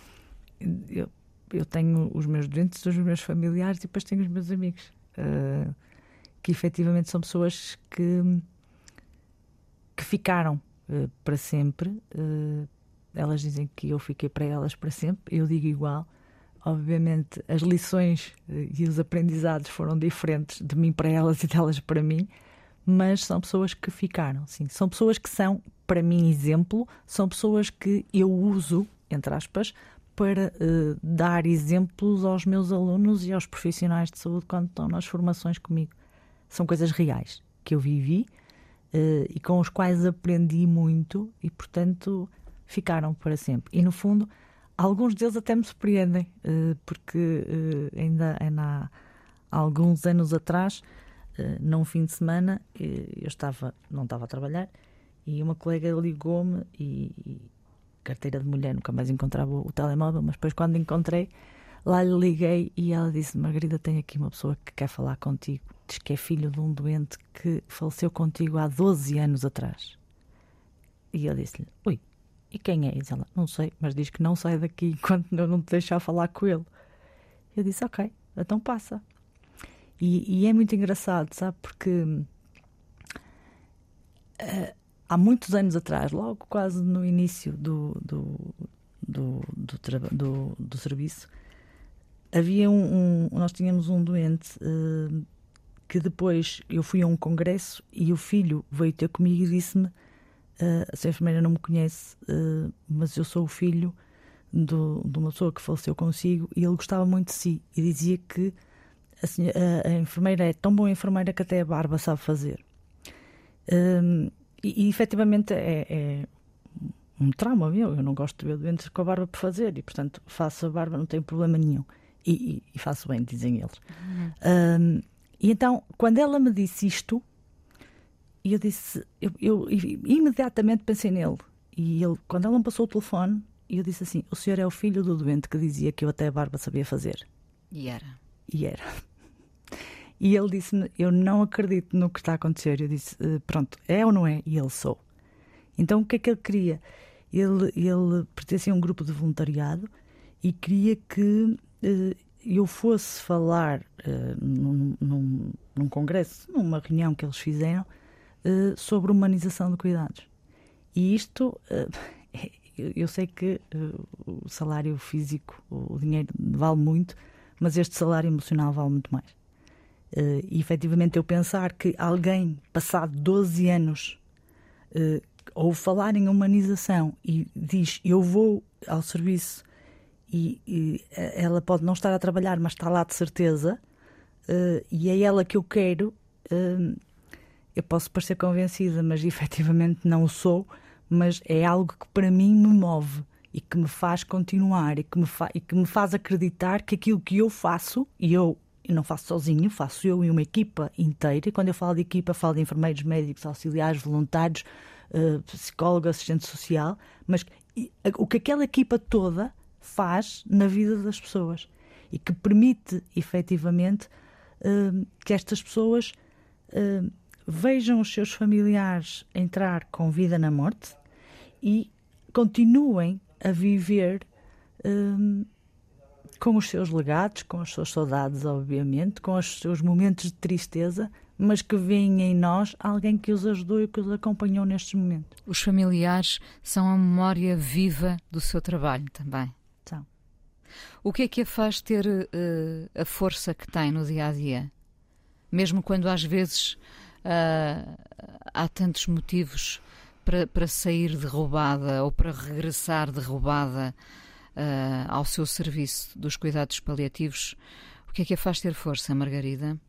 [SPEAKER 10] eu, eu tenho os meus doentes, os meus familiares e depois tenho os meus amigos. Uh, que efetivamente são pessoas que, que ficaram uh, para sempre. Uh, elas dizem que eu fiquei para elas para sempre, eu digo igual. Obviamente as lições uh, e os aprendizados foram diferentes de mim para elas e delas para mim, mas são pessoas que ficaram, sim. São pessoas que são, para mim, exemplo, são pessoas que eu uso, entre aspas, para uh, dar exemplos aos meus alunos e aos profissionais de saúde quando estão nas formações comigo. São coisas reais que eu vivi uh, e com os quais aprendi muito e, portanto, ficaram para sempre. E, no fundo, alguns deles até me surpreendem, uh, porque uh, ainda, ainda há alguns anos atrás, uh, num fim de semana, uh, eu estava, não estava a trabalhar e uma colega ligou-me e, e carteira de mulher, nunca mais encontrava o, o telemóvel, mas depois quando encontrei, lá lhe liguei e ela disse: Margarida, tem aqui uma pessoa que quer falar contigo. Diz que é filho de um doente que faleceu contigo há doze anos atrás. E eu disse-lhe: ui, e quem é? E diz ela: não sei, mas diz que não sai daqui enquanto eu não te deixar falar com ele. Eu disse: ok, então passa. E, e é muito engraçado, sabe? Porque uh, há muitos anos atrás, logo quase no início do, do, do, do, do, do serviço, havia um, um, nós tínhamos um doente uh, que depois eu fui a um congresso e o filho veio ter comigo e disse-me: uh, a enfermeira não me conhece, uh, mas eu sou o filho do, de uma pessoa que faleceu consigo, e ele gostava muito de si e dizia que a, senhora, a, a enfermeira é tão boa enfermeira que até a barba sabe fazer. Um, e, e efetivamente é, é um trauma meu. Eu não gosto de ver doentes com a barba por fazer e, portanto, faço a barba, não tenho problema nenhum. E, e, e faço bem, dizem eles. Uhum. Um, e então, quando ela me disse isto, eu disse, eu, eu imediatamente pensei nele. E ele, quando ela me passou o telefone, eu disse assim: o senhor é o filho do doente que dizia que eu até a barba sabia fazer.
[SPEAKER 9] E era.
[SPEAKER 10] E era. E ele disse-me: eu não acredito no que está a acontecer. Eu disse: pronto, é ou não é? E ele: sou. Então o que é que ele queria? Ele, ele pertencia a um grupo de voluntariado e queria que Uh, eu fosse falar uh, num, num, num congresso, numa reunião que eles fizeram, uh, sobre humanização de cuidados. E isto, uh, eu sei que uh, o salário físico, o dinheiro vale muito, mas este salário emocional vale muito mais. Uh, e efetivamente eu pensar que alguém, passado doze anos, uh, ouve falar em humanização e diz: eu vou ao serviço. E, e ela pode não estar a trabalhar, mas está lá de certeza, uh, e é ela que eu quero. Uh, eu posso parecer convencida, mas efetivamente não o sou, mas é algo que para mim me move e que me faz continuar e que me, fa- e que me faz acreditar que aquilo que eu faço, e eu, eu não faço sozinho, faço eu e uma equipa inteira, e quando eu falo de equipa falo de enfermeiros, médicos, auxiliares, voluntários, uh, psicólogo, assistente social, mas e, o que aquela equipa toda faz na vida das pessoas e que permite efetivamente uh, que estas pessoas uh, vejam os seus familiares entrar com vida na morte e continuem a viver uh, com os seus legados, com as suas saudades, obviamente, com os seus momentos de tristeza, mas que veem em nós alguém que os ajudou e que os acompanhou nestes momentos.
[SPEAKER 9] Os familiares são a memória viva do seu trabalho também.
[SPEAKER 10] São.
[SPEAKER 9] O que é que a faz ter uh, a força que tem no dia-a-dia? Mesmo quando às vezes uh, há tantos motivos para, para sair derrubada ou para regressar derrubada uh, ao seu serviço dos cuidados paliativos, o que é que a faz ter força, Margarida?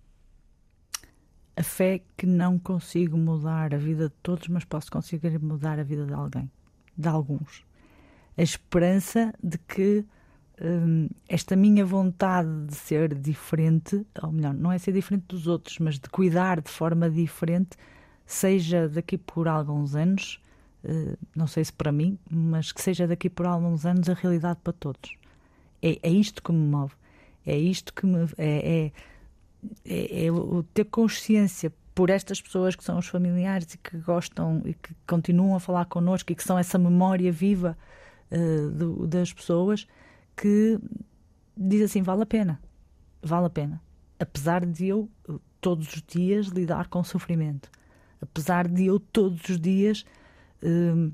[SPEAKER 10] A fé que não consigo mudar a vida de todos, mas posso conseguir mudar a vida de alguém, de alguns. A esperança de que hum, esta minha vontade de ser diferente, ou melhor, não é ser diferente dos outros, mas de cuidar de forma diferente, seja daqui por alguns anos, uh, não sei se para mim, mas que seja daqui por alguns anos a realidade para todos. É, é isto que me move. É isto que me... É, é, É, é o ter consciência por estas pessoas que são os familiares e que gostam e que continuam a falar connosco e que são essa memória viva uh, do, das pessoas, que diz assim, vale a pena, vale a pena, apesar de eu todos os dias lidar com sofrimento, apesar de eu todos os dias uh,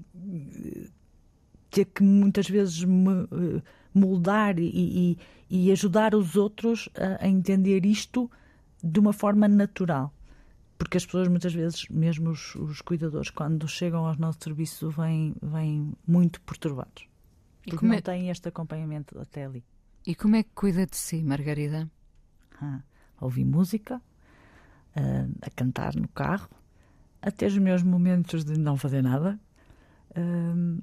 [SPEAKER 10] ter que muitas vezes me uh, moldar e, e, e ajudar os outros a, a entender isto de uma forma natural. Porque as pessoas muitas vezes, mesmo os, os cuidadores, quando chegam ao nosso serviço, vêm, vêm muito perturbados.
[SPEAKER 9] E
[SPEAKER 10] porque
[SPEAKER 9] como
[SPEAKER 10] não
[SPEAKER 9] é...
[SPEAKER 10] têm este acompanhamento até ali.
[SPEAKER 9] E como é que cuida de si, Margarida?
[SPEAKER 10] Ah, a ouvir música, a, a cantar no carro, a ter os meus momentos de não fazer nada. Um,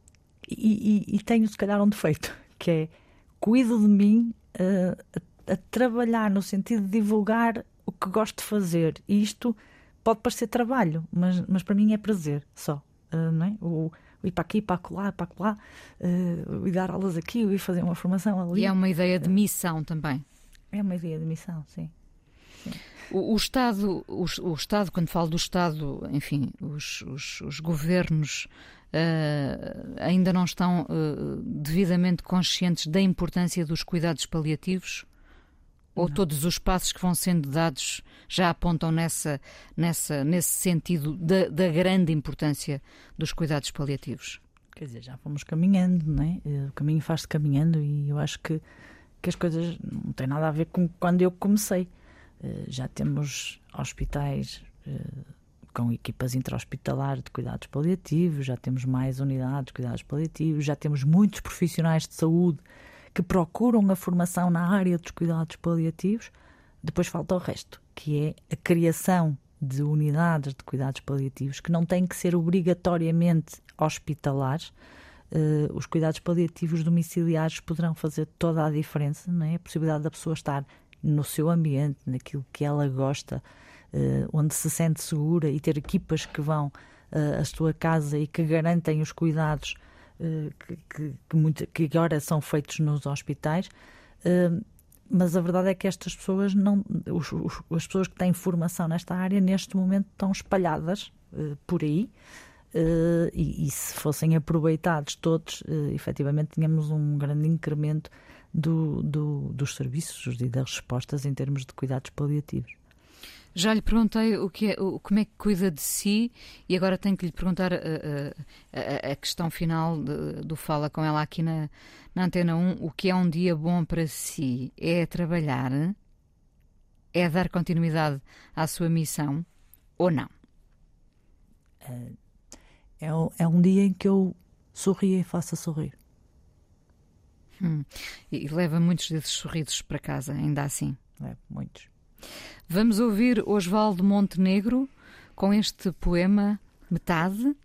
[SPEAKER 10] e, e, e tenho, se calhar, um defeito, que é cuido de mim uh, a, a trabalhar no sentido de divulgar o que gosto de fazer. E isto pode parecer trabalho, mas, mas para mim é prazer só. Uh, não é? o, o ir para aqui, para acolá, para acolá, uh, o ir dar aulas aqui, o ir fazer uma formação ali.
[SPEAKER 9] E é uma ideia de missão também.
[SPEAKER 10] É uma ideia de missão, sim. sim.
[SPEAKER 9] O, o Estado, o, o Estado, quando falo do Estado, enfim, os, os, os governos uh, ainda não estão uh, devidamente conscientes da importância dos cuidados paliativos? Ou não. Todos os passos que vão sendo dados já apontam nessa, nessa, nesse sentido da, da grande importância dos cuidados paliativos?
[SPEAKER 10] Quer dizer, já fomos caminhando, não é? O caminho faz-se caminhando e eu acho que, que as coisas não têm nada a ver com quando eu comecei. Já temos hospitais com equipas intra-hospitalares de cuidados paliativos, já temos mais unidades de cuidados paliativos, já temos muitos profissionais de saúde que procuram a formação na área dos cuidados paliativos. Depois falta o resto, que é a criação de unidades de cuidados paliativos que não têm que ser obrigatoriamente hospitalares. Uh, os cuidados paliativos domiciliares poderão fazer toda a diferença, não é? A possibilidade da pessoa estar no seu ambiente, naquilo que ela gosta, uh, onde se sente segura, e ter equipas que vão uh, à sua casa e que garantem os cuidados uh, que, que, que, muito, que agora são feitos nos hospitais. Uh, mas a verdade é que estas pessoas, não, os, os, as pessoas que têm formação nesta área, neste momento estão espalhadas uh, por aí. Uh, e, e se fossem aproveitados todos, uh, efetivamente tínhamos um grande incremento do, do, dos serviços e das respostas em termos de cuidados paliativos.
[SPEAKER 9] Já lhe perguntei o que é, o, como é que cuida de si, e agora tenho que lhe perguntar a, a, a questão final de, do Fala Com Ela aqui na, na Antena um. O que é um dia bom para si? É trabalhar? É dar continuidade à sua missão? Ou não?
[SPEAKER 10] Uh, é, é um dia em que eu sorrio e faço sorrir.
[SPEAKER 9] Hum. E leva muitos desses sorrisos para casa, ainda assim?
[SPEAKER 10] É, muitos.
[SPEAKER 9] Vamos ouvir Osvaldo Montenegro com este poema Metade.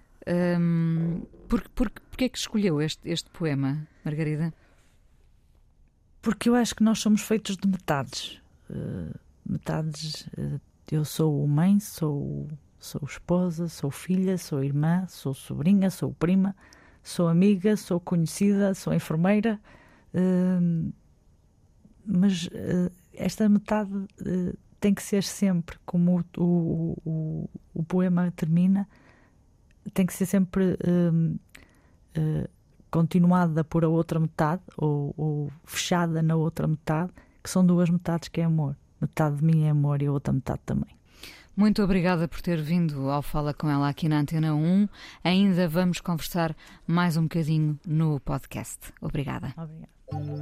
[SPEAKER 9] Um, por, por, Porquê é que escolheu este, este poema, Margarida?
[SPEAKER 10] Porque eu acho que nós somos feitos de metades. Uh, metades. Uh, eu sou mãe, sou, sou esposa, sou filha, sou irmã, sou sobrinha, sou prima, sou amiga, sou conhecida, sou enfermeira. Uh, mas uh, esta metade uh, tem que ser sempre, como o, o, o, o poema termina, tem que ser sempre uh, uh, continuada por a outra metade, ou, ou fechada na outra metade, que são duas metades que é amor. Metade de mim é amor e a outra metade também.
[SPEAKER 9] Muito obrigada por ter vindo ao Fala Com Ela aqui na Antena um. Ainda vamos conversar mais um bocadinho no podcast. Obrigada.
[SPEAKER 10] Obrigada.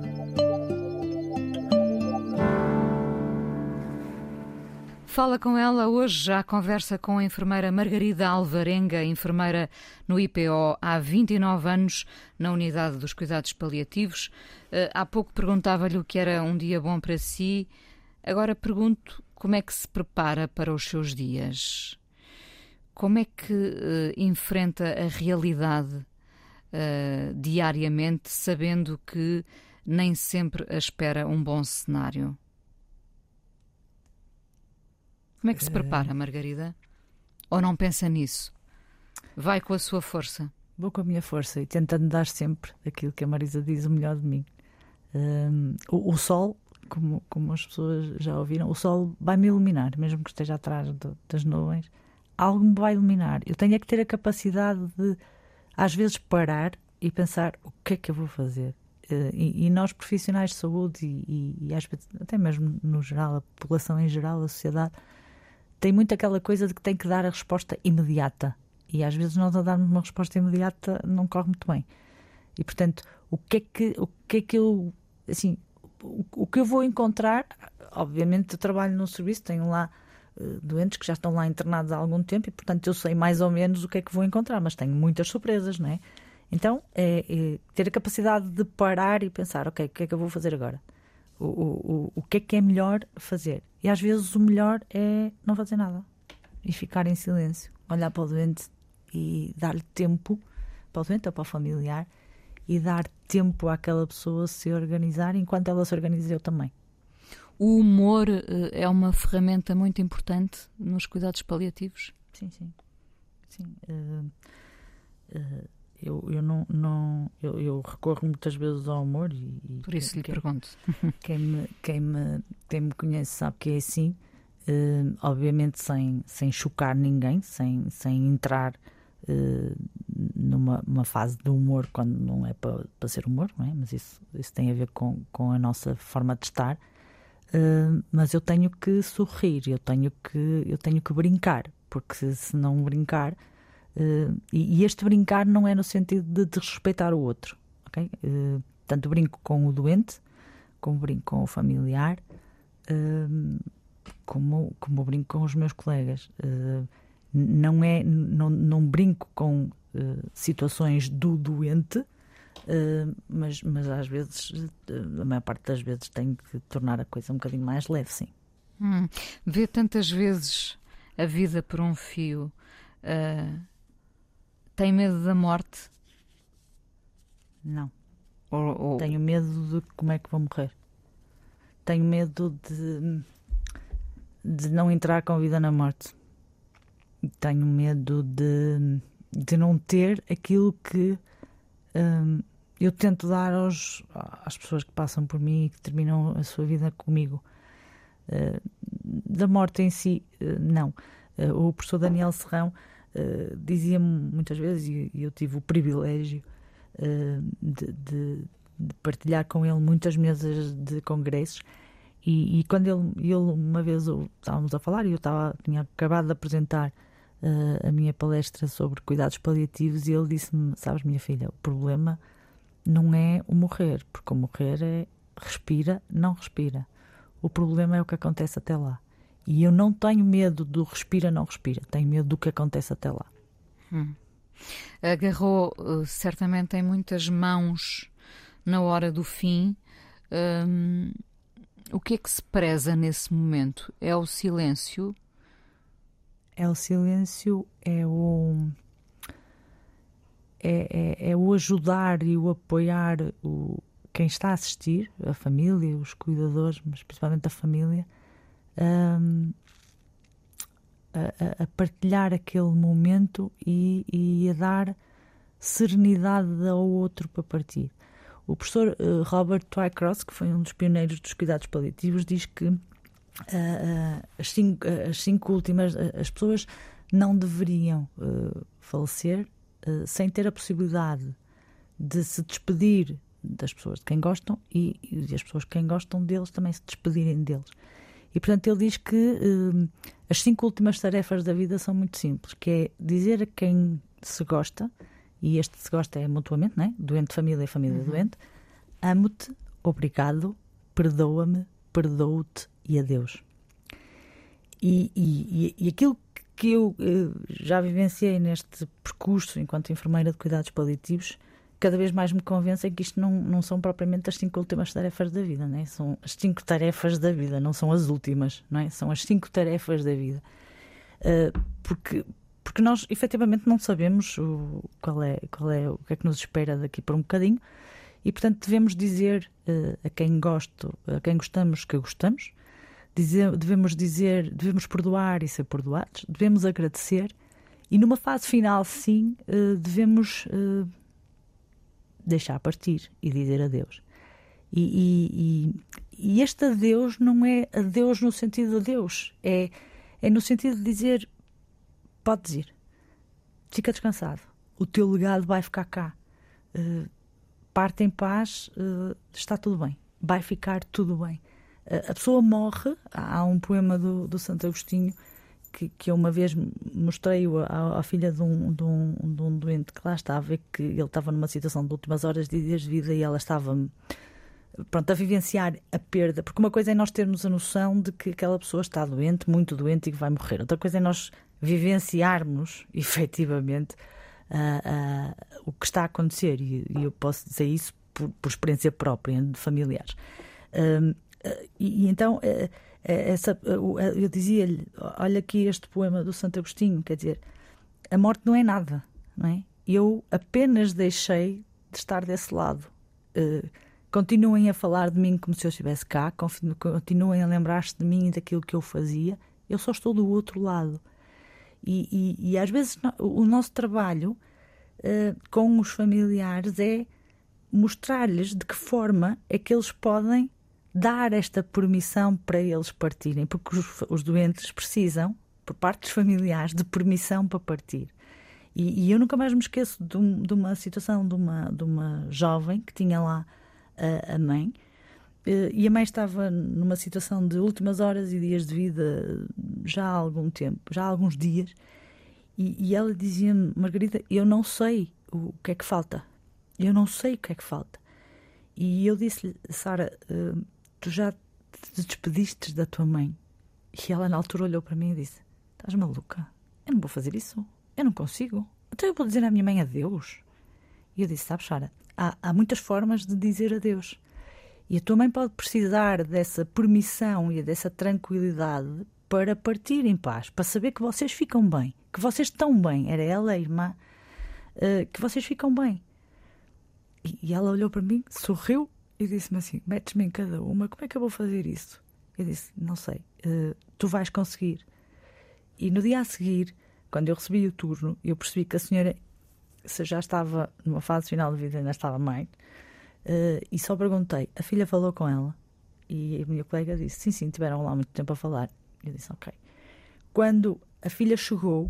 [SPEAKER 9] Fala Com Ela hoje já conversa com a enfermeira Margarida Alvarenga, enfermeira no I P O há vinte e nove anos, na Unidade dos Cuidados Paliativos. Há pouco perguntava-lhe o que era um dia bom para si. Agora pergunto como é que se prepara para os seus dias. Como é que uh, enfrenta a realidade uh, diariamente, sabendo que nem sempre a espera um bom cenário? Como é que se prepara, Margarida? Ou não pensa nisso? Vai com a sua força?
[SPEAKER 10] Vou com a minha força e tentando dar sempre aquilo que a Marisa diz, o melhor de mim. Um, o, o sol, como, como as pessoas já ouviram, o sol vai-me iluminar, mesmo que esteja atrás de, das nuvens. Algo me vai iluminar. Eu tenho é que ter a capacidade de, às vezes, parar e pensar o que é que eu vou fazer. Uh, e, e nós, profissionais de saúde, e, e, e às vezes, até mesmo no geral, a população em geral, a sociedade, tem muito aquela coisa de que tem que dar a resposta imediata. E às vezes nós a darmos uma resposta imediata não corre muito bem. E portanto, o que é que, o que, é que eu, assim, o, o que eu vou encontrar, obviamente eu trabalho num serviço, tenho lá uh, doentes que já estão lá internados há algum tempo e portanto eu sei mais ou menos o que é que vou encontrar, mas tenho muitas surpresas, não é? Então, é, é ter a capacidade de parar e pensar, ok, o que é que eu vou fazer agora? O, o, o, o que é que é melhor fazer? E às vezes o melhor é não fazer nada e ficar em silêncio, olhar para o doente e dar-lhe tempo, para o doente ou para o familiar, e dar tempo àquela pessoa se organizar, enquanto ela se organiza eu também.
[SPEAKER 9] O humor uh, é uma ferramenta muito importante nos cuidados paliativos?
[SPEAKER 10] Sim, sim. sim. Uh, uh, eu, eu não, não eu, eu recorro muitas vezes ao humor e, e
[SPEAKER 9] por isso
[SPEAKER 10] quem,
[SPEAKER 9] lhe pergunto.
[SPEAKER 10] Quem me, quem, me, quem me conhece sabe que é assim, uh, obviamente sem, sem chocar ninguém, sem, sem entrar uh, numa uma fase de humor quando não é para, para ser humor, não é? Mas isso, isso tem a ver com, com a nossa forma de estar. Uh, mas eu tenho que sorrir, eu tenho que, eu tenho que brincar, porque se, se não brincar, uh, e, e este brincar não é no sentido de desrespeitar o outro, ok? Uh, tanto brinco com o doente, como brinco com o familiar, uh, como, como brinco com os meus colegas. Uh, não, é, não, não brinco com uh, situações do doente, Uh, mas, mas às vezes, uh, a maior parte das vezes, tenho que tornar a coisa um bocadinho mais leve, sim.
[SPEAKER 9] Hum, vê tantas vezes a vida por um fio. Uh, tem medo da morte?
[SPEAKER 10] Não.
[SPEAKER 9] Ou, ou...
[SPEAKER 10] Tenho medo de como é que vou morrer. Tenho medo de, de não entrar com vida na morte. Tenho medo de, de não ter aquilo que Um, eu tento dar aos, às pessoas que passam por mim e que terminam a sua vida comigo. Uh, da morte em si, uh, não. Uh, o professor Daniel Serrão uh, dizia-me muitas vezes, e eu tive o privilégio uh, de, de, de partilhar com ele muitas mesas de congressos, e, e quando ele, ele uma vez estávamos a falar e eu estava, tinha acabado de apresentar Uh, a minha palestra sobre cuidados paliativos, e ele disse-me, sabes, minha filha, o problema não é o morrer, porque o morrer é respira, não respira. O problema é o que acontece até lá. E eu não tenho medo do respira, não respira. Tenho medo do que acontece até lá.
[SPEAKER 9] Hum. Agarrou uh, certamente em muitas mãos na hora do fim. Um, o que é que se preza nesse momento? É o silêncio?
[SPEAKER 10] É o silêncio, é o, é, é, é o ajudar e o apoiar o, quem está a assistir, a família, os cuidadores, mas principalmente a família, um, a, a partilhar aquele momento e, e a dar serenidade ao outro para partir. O professor uh, Robert Twycross, que foi um dos pioneiros dos cuidados paliativos, diz que Uh, uh, as, cinco, uh, as cinco últimas, uh, as pessoas não deveriam uh, falecer uh, sem ter a possibilidade de se despedir das pessoas de quem gostam e, e as pessoas de quem gostam deles também se despedirem deles. E, portanto, ele diz que uh, as cinco últimas tarefas da vida são muito simples, que é dizer a quem se gosta, e este se gosta é mutuamente, não é? Doente família e família uhum. doente, amo-te, obrigado, perdoa-me, perdoo-te e adeus. E, e, e aquilo que eu uh, já vivenciei neste percurso enquanto enfermeira de cuidados paliativos, cada vez mais me convencem que isto não, não são propriamente as cinco últimas tarefas da vida, não é? São as cinco tarefas da vida, não são as últimas, não é? São as cinco tarefas da vida. Uh, porque, porque nós, efetivamente, não sabemos o, qual é, qual é, o que é que nos espera daqui por um bocadinho e, portanto, devemos dizer uh, a quem gosto, a quem gostamos que gostamos, dizer, devemos dizer, devemos perdoar e ser perdoados, devemos agradecer e, numa fase final, sim, uh, devemos... Uh, deixar partir e dizer adeus. E, e, e, e este adeus não é adeus no sentido de adeus, é, é no sentido de dizer podes ir, fica descansado, o teu legado vai ficar cá, uh, parte em paz, uh, está tudo bem, vai ficar tudo bem. Uh, a pessoa morre, há um poema do, do Santo Agostinho Que, que eu uma vez mostrei à, à filha de um, de, um, de um doente que lá estava e que ele estava numa situação de últimas horas de dias de vida e ela estava pronto, a vivenciar a perda, porque uma coisa é nós termos a noção de que aquela pessoa está doente, muito doente e que vai morrer, outra coisa é nós vivenciarmos efetivamente uh, uh, o que está a acontecer e, e eu posso dizer isso por, por experiência própria de familiares. Uh, uh, e, e então uh, Essa, eu dizia-lhe, olha aqui este poema do Santo Agostinho, quer dizer, a morte não é nada, não é? Eu apenas deixei de estar desse lado. Uh, continuem a falar de mim como se eu estivesse cá, continuem a lembrar-se de mim e daquilo que eu fazia, eu só estou do outro lado. E, e, e às vezes o nosso trabalho uh, com os familiares é mostrar-lhes de que forma é que eles podem dar esta permissão para eles partirem, porque os, os doentes precisam, por parte dos familiares, de permissão para partir. E, e eu nunca mais me esqueço de, um, de uma situação de uma, de uma jovem que tinha lá a, a mãe, e a mãe estava numa situação de últimas horas e dias de vida já há algum tempo, já há alguns dias, e, e ela dizia-me, Margarida, eu não sei o que é que falta, eu não sei o que é que falta. E eu disse-lhe, Sara, uh, tu já te despediste da tua mãe? E ela na altura olhou para mim e disse, estás maluca? Eu não vou fazer isso, eu não consigo, então eu vou dizer à minha mãe adeus. E eu disse, sabes, Sara, há, há muitas formas de dizer adeus e a tua mãe pode precisar dessa permissão e dessa tranquilidade para partir em paz, para saber que vocês ficam bem, que vocês estão bem, era ela a irmã, uh, que vocês ficam bem. E, e ela olhou para mim, sorriu e disse-me assim, metes-me em cada uma, como é que eu vou fazer isso? Eu disse, não sei, uh, tu vais conseguir. E no dia a seguir, quando eu recebi o turno, eu percebi que a senhora se já estava numa fase final de vida, ainda estava mãe, uh, e só perguntei, a filha falou com ela? E a minha colega disse, sim, sim, tiveram lá muito tempo a falar. Eu disse, ok. Quando a filha chegou,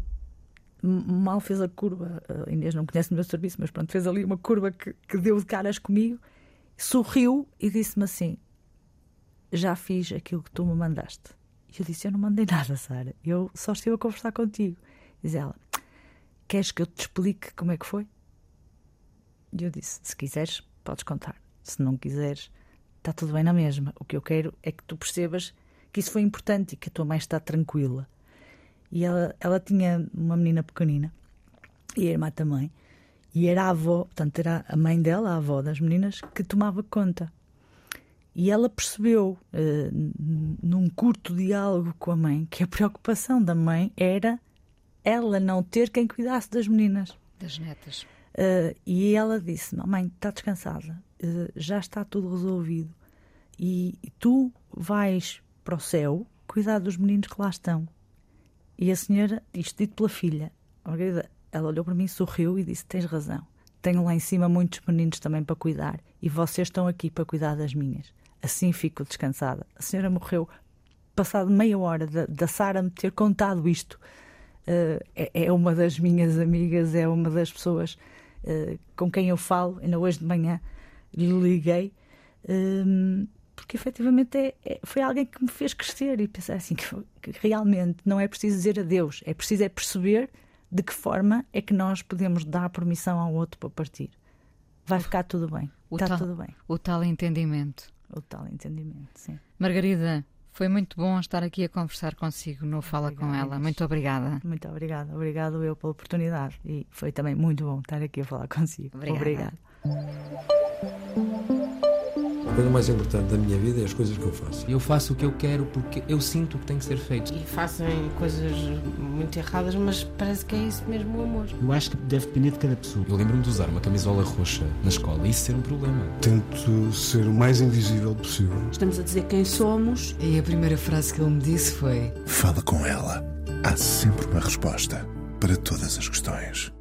[SPEAKER 10] mal fez a curva, a Inês não conhece o meu serviço, mas pronto, fez ali uma curva que, que deu de caras comigo, sorriu e disse-me assim, já fiz aquilo que tu me mandaste. E eu disse, eu não mandei nada, Sara, eu só estive a conversar contigo. Diz ela, queres que eu te explique como é que foi? E eu disse, se quiseres, podes contar, se não quiseres, está tudo bem na mesma. O que eu quero é que tu percebas que isso foi importante e que a tua mãe está tranquila. E ela, ela tinha uma menina pequenina e a irmã também, e era a avó, portanto era a mãe dela, a avó das meninas, que tomava conta. E ela percebeu, uh, num curto diálogo com a mãe, que a preocupação da mãe era ela não ter quem cuidasse das meninas.
[SPEAKER 9] Das netas.
[SPEAKER 10] Uh, e ela disse, mãe, está descansada, uh, já está tudo resolvido. E, e tu vais para o céu cuidar dos meninos que lá estão. E a senhora, isto dito pela filha, Margarida, ela olhou para mim, sorriu e disse, tens razão. Tenho lá em cima muitos meninos também para cuidar e vocês estão aqui para cuidar das minhas. Assim fico descansada. A senhora morreu passado meia hora da, da Sara me ter contado isto. Uh, é, é uma das minhas amigas, é uma das pessoas uh, com quem eu falo. Ainda hoje de manhã lhe liguei, um, porque efetivamente é, é, foi alguém que me fez crescer e pensar assim, que, que realmente não é preciso dizer adeus, é preciso é perceber de que forma é que nós podemos dar permissão ao outro para partir. Vai ficar tudo bem, está
[SPEAKER 9] tal,
[SPEAKER 10] tudo bem.
[SPEAKER 9] O tal entendimento.
[SPEAKER 10] O tal entendimento, sim.
[SPEAKER 9] Margarida, foi muito bom estar aqui a conversar consigo no Fala
[SPEAKER 10] Obrigada,
[SPEAKER 9] com ela.
[SPEAKER 10] Inês.
[SPEAKER 9] Muito obrigada.
[SPEAKER 10] Muito obrigada. Obrigado eu pela oportunidade. E foi também muito bom estar aqui a falar consigo.
[SPEAKER 9] Obrigada.
[SPEAKER 10] Obrigada.
[SPEAKER 1] A coisa mais importante da minha vida é as coisas que eu faço.
[SPEAKER 2] Eu faço o que eu quero porque eu sinto que tem que ser feito.
[SPEAKER 3] E fazem coisas muito erradas, mas parece que é isso mesmo o amor.
[SPEAKER 4] Eu acho que deve depender de cada pessoa.
[SPEAKER 2] Eu lembro-me de usar uma camisola roxa na escola e isso ser um problema.
[SPEAKER 5] Tento ser o mais invisível possível.
[SPEAKER 6] Estamos a dizer quem somos.
[SPEAKER 7] E a primeira frase que ele me disse foi:
[SPEAKER 8] Fala com ela. Há sempre uma resposta para todas as questões.